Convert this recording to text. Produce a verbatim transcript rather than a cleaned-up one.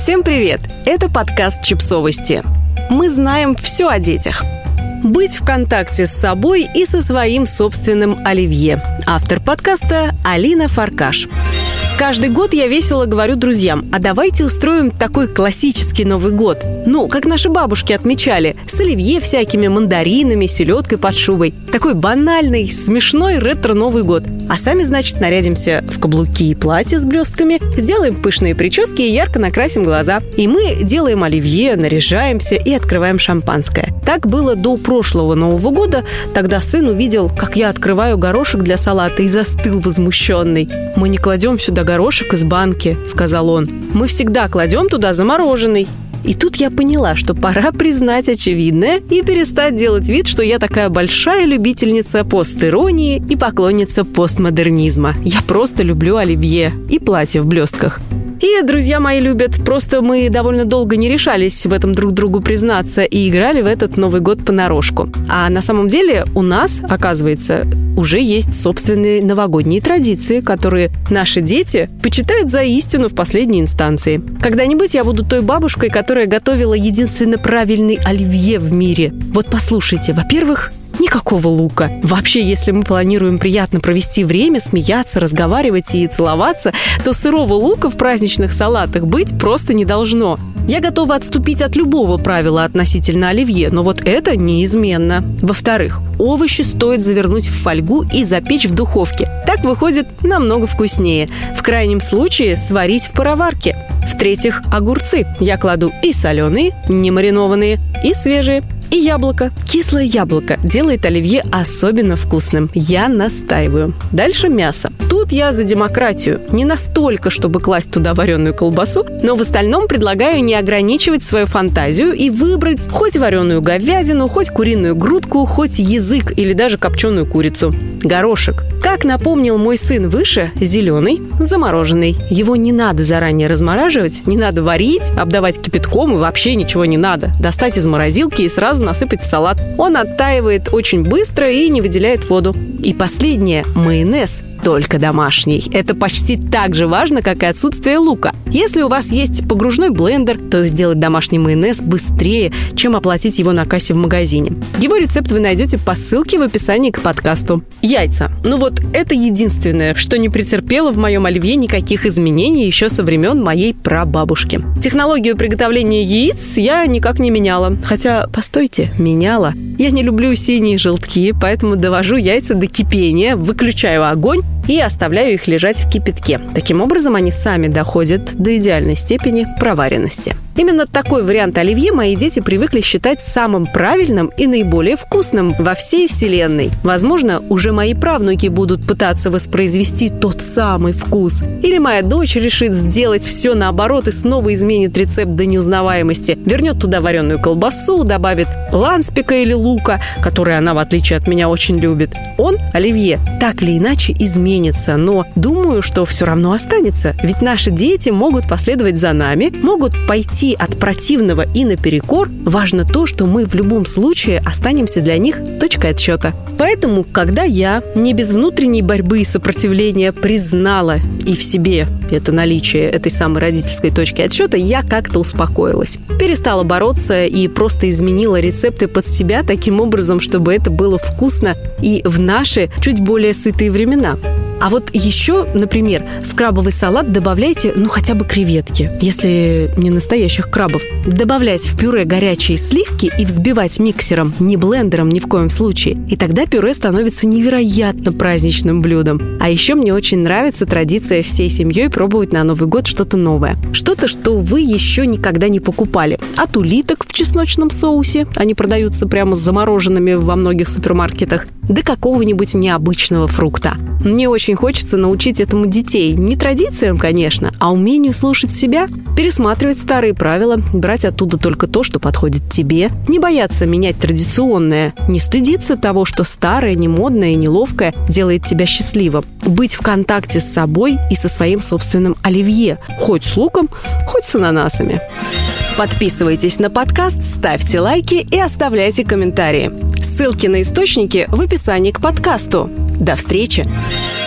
Всем привет! Это подкаст «Чипсовости». Мы знаем все о детях. Быть в контакте с собой и со своим собственным оливье. Автор подкаста Алина Фаркаш. Каждый год я весело говорю друзьям: а давайте устроим такой классический Новый год. Ну, как наши бабушки отмечали, с оливье всякими, мандаринами, селедкой под шубой. Такой банальный, смешной ретро-Новый год. А сами, значит, нарядимся в каблуки и платья с блестками, сделаем пышные прически и ярко накрасим глаза. И мы делаем оливье, наряжаемся и открываем шампанское. Так было до прошлого Нового года. Тогда сын увидел, как я открываю горошек для салата, и застыл возмущенный. «Мы не кладем сюда горошек из банки», — сказал он. «Мы всегда кладем туда замороженный». И тут я поняла, что пора признать очевидное и перестать делать вид, что я такая большая любительница постиронии и поклонница постмодернизма. Я просто люблю оливье и платье в блестках. И друзья мои любят, просто мы довольно долго не решались в этом друг другу признаться и играли в этот Новый год понарошку. А на самом деле у нас, оказывается, уже есть собственные новогодние традиции, которые наши дети почитают за истину в последней инстанции. Когда-нибудь я буду той бабушкой, которая готовила единственно правильный оливье в мире. Вот послушайте, во-первых, никакого лука. Вообще, если мы планируем приятно провести время, смеяться, разговаривать и целоваться, то сырого лука в праздничных салатах быть просто не должно. Я готова отступить от любого правила относительно оливье, но вот это неизменно. Во-вторых, овощи стоит завернуть в фольгу и запечь в духовке. Так выходит намного вкуснее. В крайнем случае сварить в пароварке. В-третьих, огурцы. Я кладу и соленые, не маринованные, и свежие. И яблоко. Кислое яблоко делает оливье особенно вкусным. Я настаиваю. Дальше мясо. Тут я за демократию. Не настолько, чтобы класть туда вареную колбасу, но в остальном предлагаю не ограничивать свою фантазию и выбрать хоть вареную говядину, хоть куриную грудку, хоть язык или даже копченую курицу. Горошек. Как напомнил мой сын выше, зеленый, замороженный. Его не надо заранее размораживать, не надо варить, обдавать кипятком и вообще ничего не надо. Достать из морозилки и сразу насыпать в салат. Он оттаивает очень быстро и не выделяет воду. И последнее – майонез. Только домашний. Это почти так же важно, как и отсутствие лука. Если у вас есть погружной блендер, то сделать домашний майонез быстрее, чем оплатить его на кассе в магазине. Его рецепт вы найдете по ссылке в описании к подкасту. Яйца. Ну вот это единственное, что не претерпело в моем оливье никаких изменений еще со времен моей прабабушки. Технологию приготовления яиц я никак не меняла. Хотя, постойте, меняла. Я не люблю синие желтки, поэтому довожу яйца до кипения, выключаю огонь и оставляю их лежать в кипятке. Таким образом, они сами доходят до идеальной степени проваренности. Именно такой вариант оливье мои дети привыкли считать самым правильным и наиболее вкусным во всей вселенной. Возможно, уже мои правнуки будут пытаться воспроизвести тот самый вкус. Или моя дочь решит сделать все наоборот и снова изменит рецепт до неузнаваемости. Вернет туда вареную колбасу, добавит ланспика или лука, который она, в отличие от меня, очень любит. Он, оливье, так или иначе изменится, но думаю, что все равно останется. Ведь наши дети могут последовать за нами, могут пойти от противного и наперекор. Важно то, что мы в любом случае останемся для них точкой отсчета. Поэтому, когда я не без внутренней борьбы и сопротивления признала и в себе это наличие этой самой родительской точки отсчета, я как-то успокоилась. Перестала бороться и просто изменила рецепты под себя таким образом, чтобы это было вкусно и в наши чуть более сытые времена. А вот еще, например, в крабовый салат добавляйте, ну, хотя бы креветки, если не настоящих крабов. Добавлять в пюре горячие сливки и взбивать миксером, не блендером ни в коем случае. И тогда пюре становится невероятно праздничным блюдом. А еще мне очень нравится традиция всей семьей пробовать на Новый год что-то новое. Что-то, что вы еще никогда не покупали. От улиток в чесночном соусе, они продаются прямо замороженными во многих супермаркетах, до какого-нибудь необычного фрукта. Мне очень хочется научить этому детей. Не традициям, конечно, а умению слушать себя, пересматривать старые правила, брать оттуда только то, что подходит тебе, не бояться менять традиционное, не стыдиться того, что старое, немодное и неловкое делает тебя счастливым. Быть в контакте с собой и со своим собственным оливье, хоть с луком, хоть с ананасами. Подписывайтесь на подкаст, ставьте лайки и оставляйте комментарии. Ссылки на источники в описании к подкасту. До встречи!